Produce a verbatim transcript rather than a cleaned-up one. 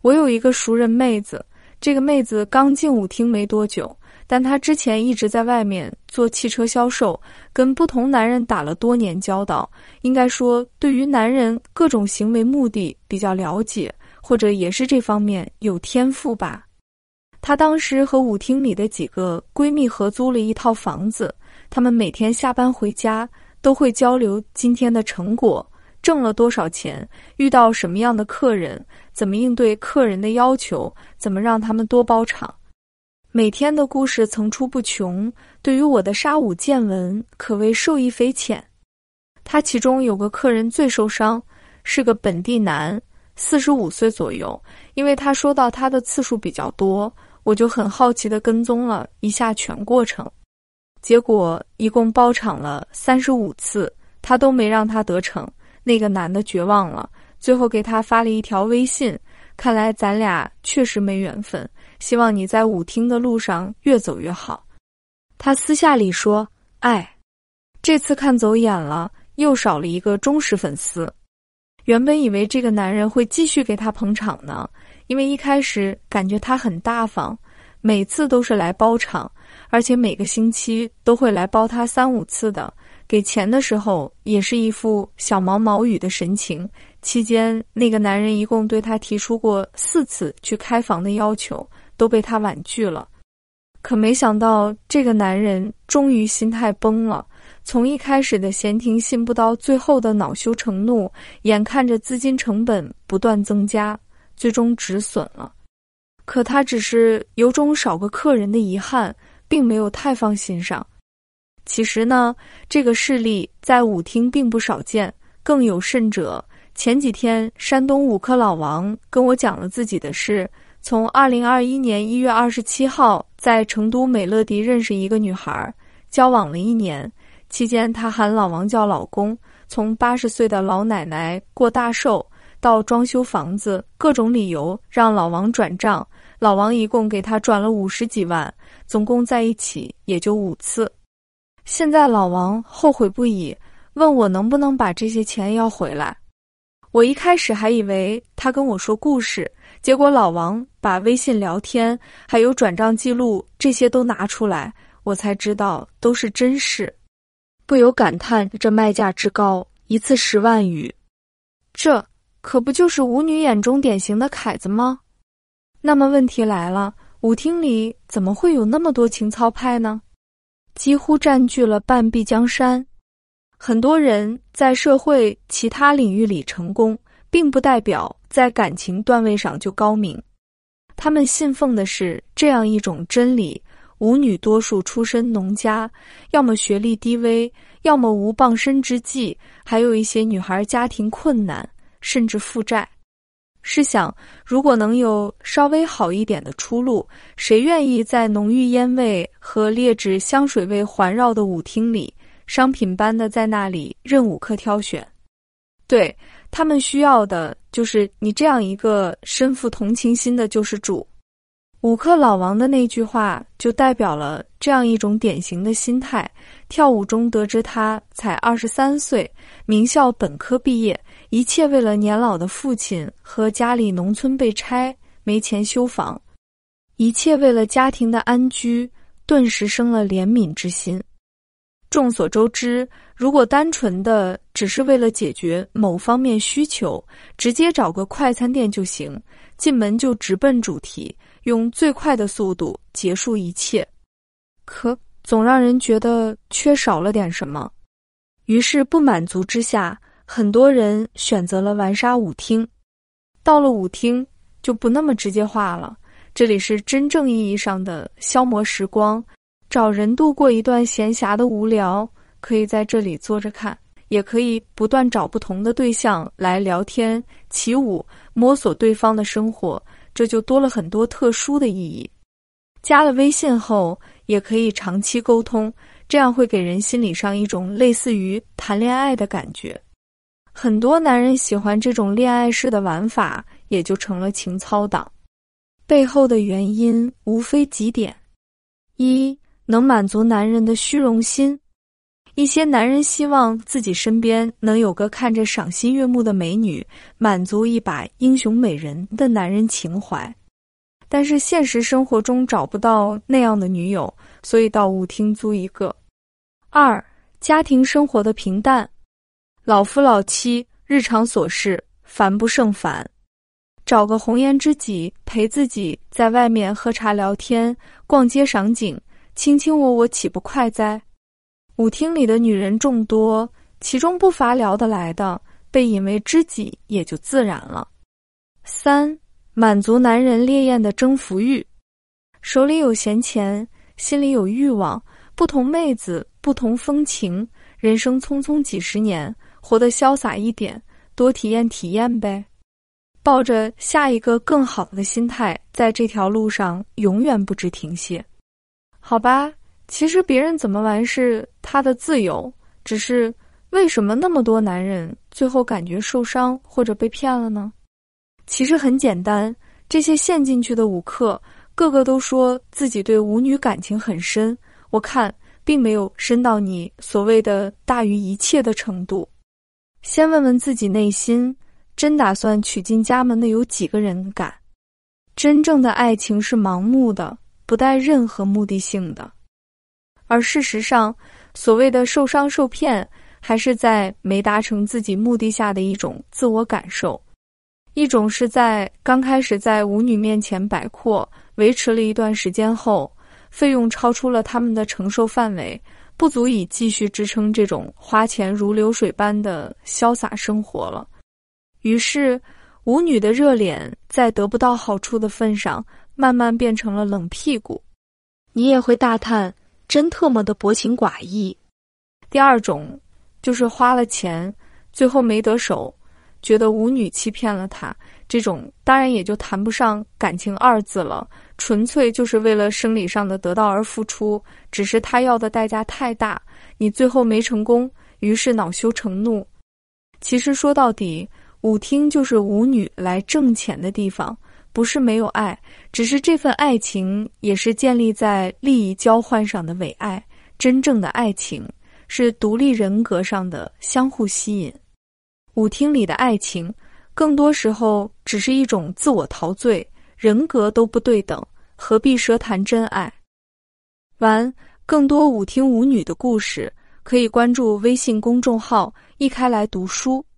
我有一个熟人妹子，这个妹子刚进舞厅没多久，但她之前一直在外面做汽车销售，跟不同男人打了多年交道，应该说对于男人各种行为目的比较了解，或者也是这方面有天赋吧。她当时和舞厅里的几个闺蜜合租了一套房子，她们每天下班回家都会交流今天的成果，挣了多少钱，遇到什么样的客人，怎么应对客人的要求，怎么让他们多包场。每天的故事层出不穷，对于我的莎舞见闻可谓受益匪浅。他其中有个客人最受伤，是个本地男，四十五岁左右。因为他说到他的次数比较多，我就很好奇地跟踪了一下全过程。结果一共包场了三十五次，他都没让他得逞。那个男的绝望了，最后给他发了一条微信，看来咱俩确实没缘分，希望你在舞厅的路上越走越好。他私下里说，哎，这次看走眼了，又少了一个忠实粉丝。原本以为这个男人会继续给他捧场呢，因为一开始感觉他很大方，每次都是来包场，而且每个星期都会来包他三五次的，给钱的时候也是一副小毛毛雨的神情。期间那个男人一共对他提出过四次去开房的要求，都被他婉拒了。可没想到这个男人终于心态崩了，从一开始的闲庭信步到最后的恼羞成怒，眼看着资金成本不断增加，最终止损了。可他只是有种少个客人的遗憾，并没有太放心上。其实呢，这个事例在舞厅并不少见，更有甚者，前几天山东舞客老王跟我讲了自己的事。从二零二一年一月二十七号在成都美乐迪认识一个女孩，交往了一年，期间他喊老王叫老公，从八十岁的老奶奶过大寿到装修房子，各种理由让老王转账，老王一共给他转了五十几万，总共在一起也就五次。现在老王后悔不已，问我能不能把这些钱要回来。我一开始还以为他跟我说故事，结果老王把微信聊天还有转账记录这些都拿出来，我才知道都是真事，不由感叹这卖价之高，一次十万余，这可不就是舞女眼中典型的凯子吗？那么问题来了，舞厅里怎么会有那么多情操派呢？几乎占据了半壁江山。很多人在社会其他领域里成功，并不代表在感情段位上就高明。他们信奉的是这样一种真理，舞女多数出身农家，要么学历低微，要么无傍身之计，还有一些女孩家庭困难，甚至负债。试想，如果能有稍微好一点的出路，谁愿意在浓郁烟味和劣质香水味环绕的舞厅里，商品般的在那里任舞客挑选？对，他们需要的就是你这样一个身负同情心的救世主。舞客老王的那句话就代表了这样一种典型的心态。跳舞中得知他才二十三岁，名校本科毕业，一切为了年老的父亲和家里农村被拆，没钱修房，一切为了家庭的安居，顿时生了怜悯之心。众所周知，如果单纯的只是为了解决某方面需求，直接找个快餐店就行，进门就直奔主题，用最快的速度结束一切。可总让人觉得缺少了点什么。于是不满足之下，很多人选择了玩沙舞厅。到了舞厅就不那么直接化了，这里是真正意义上的消磨时光，找人度过一段闲暇的无聊，可以在这里坐着看，也可以不断找不同的对象来聊天、起舞，摸索对方的生活，这就多了很多特殊的意义。加了微信后，也可以长期沟通，这样会给人心理上一种类似于谈恋爱的感觉。很多男人喜欢这种恋爱式的玩法，也就成了情操党。背后的原因无非几点：一，能满足男人的虚荣心。 一些男人希望自己身边能有个看着赏心悦目的美女，满足一把英雄美人的男人情怀。但是现实生活中找不到那样的女友，所以到舞厅租一个。二、家庭生活的平淡，老夫老妻，日常琐事，烦不胜烦。找个红颜知己陪自己在外面喝茶聊天，逛街赏景，卿卿我我，岂不快哉？舞厅里的女人众多，其中不乏聊得来的，被引为知己也就自然了。三、满足男人烈焰的征服欲，手里有闲钱，心里有欲望，不同妹子，不同风情，人生匆匆几十年，活得潇洒一点，多体验体验呗。抱着下一个更好的心态，在这条路上永远不知停歇。好吧，其实别人怎么玩是他的自由，只是为什么那么多男人最后感觉受伤或者被骗了呢？其实很简单，这些陷进去的舞客个个都说自己对舞女感情很深，我看并没有深到你所谓的大于一切的程度。先问问自己内心，真打算娶进家门的有几个人敢？真正的爱情是盲目的，不带任何目的性的。而事实上，所谓的受伤受骗，还是在没达成自己目的下的一种自我感受。一种是在刚开始在舞女面前摆阔，维持了一段时间后，费用超出了他们的承受范围，不足以继续支撑这种花钱如流水般的潇洒生活了。于是舞女的热脸在得不到好处的份上，慢慢变成了冷屁股。你也会大叹，真特么的薄情寡义。第二种就是花了钱，最后没得手，觉得舞女欺骗了他，这种当然也就谈不上感情二字了，纯粹就是为了生理上的得到而付出，只是他要的代价太大，你最后没成功，于是恼羞成怒。其实说到底，舞厅就是舞女来挣钱的地方，不是没有爱，只是这份爱情也是建立在利益交换上的伪爱，真正的爱情是独立人格上的相互吸引。舞厅里的爱情更多时候只是一种自我陶醉，人格都不对等，何必奢谈真爱？完，更多舞厅舞女的故事可以关注微信公众号一开来读书。